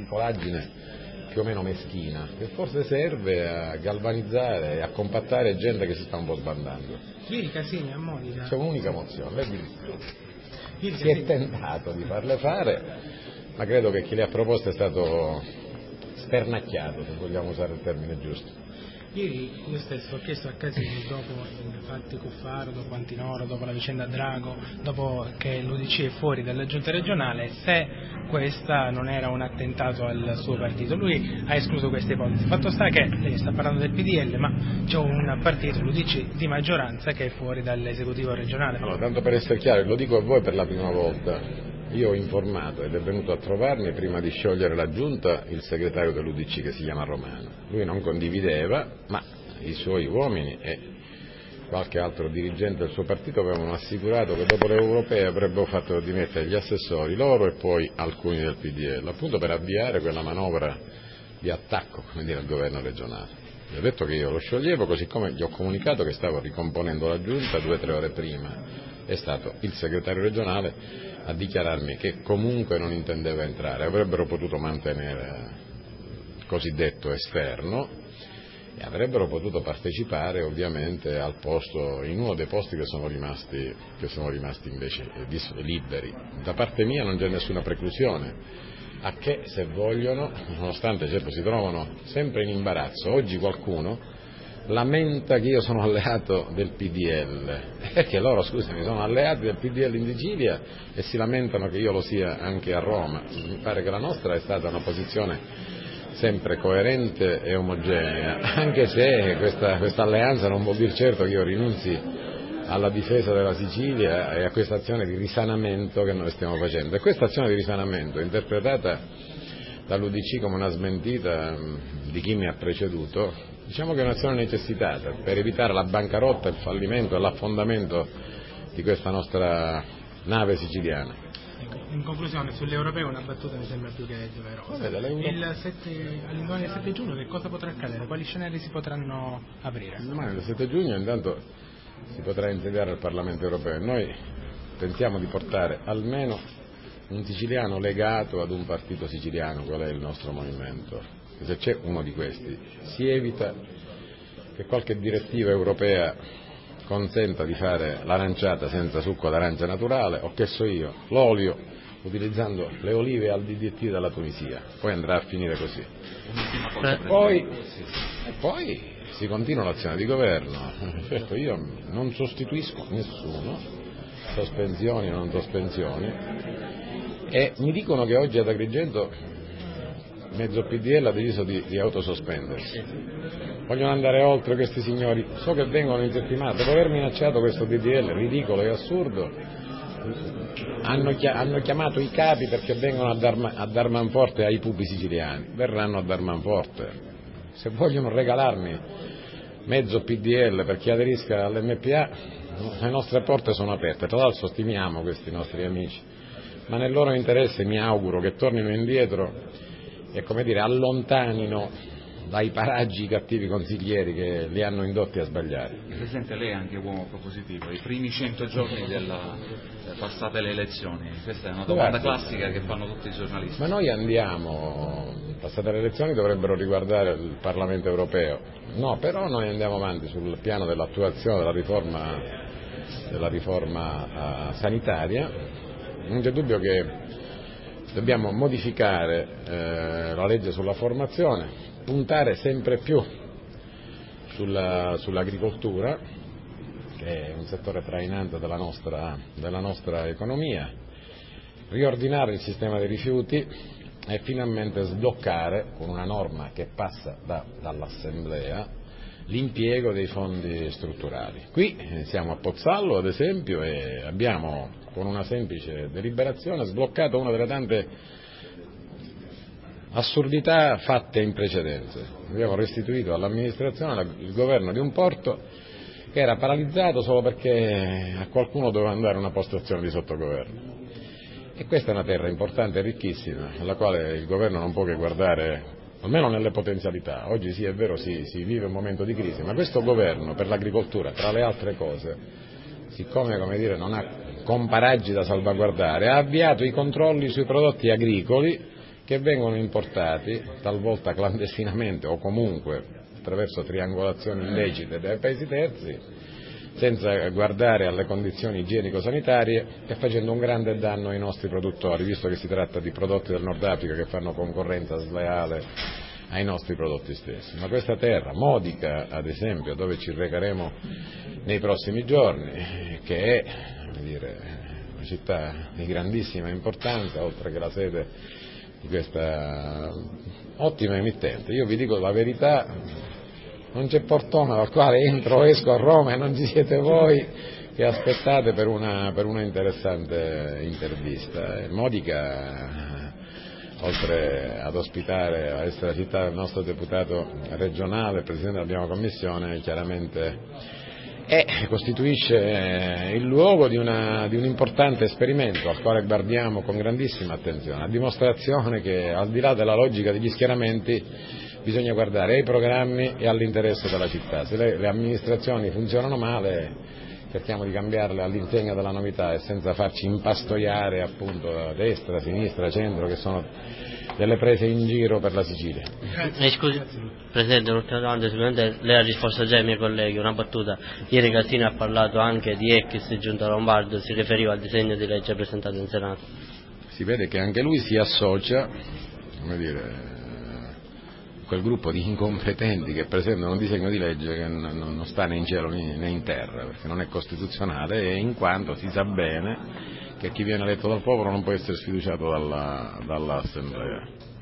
picolaggine più o meno meschina, che forse serve a galvanizzare e a compattare gente che si sta un po' sbandando. Ieri Casini a Modica. C'è un'unica mozione, si è tentato di farle fare, ma credo che chi le ha proposte è stato spernacchiato, se vogliamo usare il termine giusto. Ieri io stesso ho chiesto a Casini, dopo i fatti Cuffaro, dopo Antinoro, dopo la vicenda Drago, dopo che l'UDC è fuori dalla giunta regionale, se questa non era un attentato al suo partito. Lui ha escluso questa ipotesi. Fatto sta che lei sta parlando del PDL, ma c'è un partito, l'UDC, di maggioranza che è fuori dall'esecutivo regionale. Allora, tanto per essere chiaro, lo dico a voi per la prima volta. Io ho informato ed è venuto a trovarmi prima di sciogliere la giunta il segretario dell'UDC che si chiama Romano. Lui non condivideva, ma i suoi uomini e qualche altro dirigente del suo partito avevano assicurato che dopo le europee avrebbero fatto dimettere gli assessori, loro e poi alcuni del PDL, appunto per avviare quella manovra di attacco, come dire, al governo regionale. Gli ho detto che io lo scioglievo, così come gli ho comunicato che stavo ricomponendo la giunta 2 o 3 ore prima. È stato il segretario regionale a dichiararmi che comunque non intendeva entrare, avrebbero potuto mantenere il cosiddetto esterno e avrebbero potuto partecipare ovviamente al posto, in uno dei posti che sono rimasti invece liberi. Da parte mia non c'è nessuna preclusione, a che se vogliono, nonostante certo si trovano sempre in imbarazzo, oggi qualcuno lamenta che io sono alleato del PDL, perché loro, scusami, sono alleati del PDL in Sicilia e si lamentano che io lo sia anche a Roma. Mi pare che la nostra è stata una posizione sempre coerente e omogenea, anche se questa alleanza non vuol dire certo che io rinunzi alla difesa della Sicilia e a questa azione di risanamento che noi stiamo facendo. E questa azione di risanamento, interpretata dall'UDC come una smentita di chi mi ha preceduto, diciamo che è un'azione necessitata per evitare la bancarotta, il fallimento e l'affondamento di questa nostra nave siciliana. In conclusione, sulle europee una battuta mi sembra più che doverosa. All'indomani del 7 giugno che cosa potrà accadere? Quali scenari si potranno aprire? Domani del 7 giugno intanto si potrà insediare al Parlamento europeo. Noi pensiamo di portare almeno un siciliano legato ad un partito siciliano, qual è il nostro movimento. E se c'è uno di questi, si evita che qualche direttiva europea consenta di fare l'aranciata senza succo d'arancia naturale, o che so io, l'olio utilizzando le olive al DDT dalla Tunisia. Poi andrà a finire così. Poi si continua l'azione di governo. Certo, io non sostituisco nessuno, sospensioni o non sospensioni, e mi dicono che oggi ad Agrigento mezzo PDL ha deciso di autosospendersi. Vogliono andare oltre questi signori, so che vengono in settimana, dopo aver minacciato questo PDL ridicolo e assurdo, hanno chiamato i capi perché vengono a Darmanforte ai pupi siciliani, verranno a Darmanforte. Se vogliono regalarmi mezzo PDL per chi aderisca all'MPA, le nostre porte sono aperte. Tra l'altro stimiamo questi nostri amici, ma nel loro interesse mi auguro che tornino indietro e, come dire, allontanino dai paraggi i cattivi consiglieri che li hanno indotti a sbagliare. Presidente, lei è anche uomo propositivo, i primi 100 giorni passate le elezioni, questa è una domanda classica che fanno tutti i giornalisti. Ma noi andiamo, passate le elezioni dovrebbero riguardare il Parlamento europeo, no, però noi andiamo avanti sul piano dell'attuazione della riforma sanitaria. Non c'è dubbio che dobbiamo modificare la legge sulla formazione, puntare sempre più sull'agricoltura, che è un settore trainante della nostra economia, riordinare il sistema dei rifiuti e finalmente sbloccare, con una norma che passa dall'Assemblea, l'impiego dei fondi strutturali. Qui siamo a Pozzallo, ad esempio, e abbiamo, con una semplice deliberazione, sbloccato una delle tante assurdità fatte in precedenza. Abbiamo restituito all'amministrazione il governo di un porto che era paralizzato solo perché a qualcuno doveva andare una postazione di sottogoverno. E questa è una terra importante e ricchissima, alla quale il governo non può che guardare, almeno nelle potenzialità. Oggi sì, è vero, si vive un momento di crisi, ma questo governo per l'agricoltura, tra le altre cose, siccome, come dire, non ha comparaggi da salvaguardare, ha avviato i controlli sui prodotti agricoli che vengono importati talvolta clandestinamente o comunque attraverso triangolazioni illecite dai paesi terzi, senza guardare alle condizioni igienico-sanitarie e facendo un grande danno ai nostri produttori, visto che si tratta di prodotti del Nord Africa che fanno concorrenza sleale ai nostri prodotti stessi. Ma questa terra, Modica ad esempio, dove ci recheremo nei prossimi giorni, che è una città di grandissima importanza, oltre che la sede di questa ottima emittente, io vi dico la verità, non c'è portone dal quale entro o esco a Roma e non ci siete voi che aspettate per una interessante intervista. Modica, oltre ad ospitare, a essere la città del nostro deputato regionale, presidente della prima commissione, chiaramente costituisce il luogo di un importante esperimento al quale guardiamo con grandissima attenzione, a dimostrazione che al di là della logica degli schieramenti bisogna guardare ai programmi e all'interesse della città. Se le amministrazioni funzionano male, cerchiamo di cambiarle all'insegna della novità e senza farci impastoiare appunto da destra, sinistra, centro, che sono delle prese in giro per la Sicilia. Scusi, Presidente, un'ultima domanda, sicuramente lei ha risposto già ai miei colleghi, una battuta. Ieri Casini ha parlato anche di ex Giunta Lombardo, si riferiva al disegno di legge presentato in Senato. Si vede che anche lui si associa, quel gruppo di incompetenti che presentano un disegno di legge che non sta né in cielo né in terra, perché non è costituzionale e in quanto si sa bene che chi viene eletto dal popolo non può essere sfiduciato dall'Assemblea.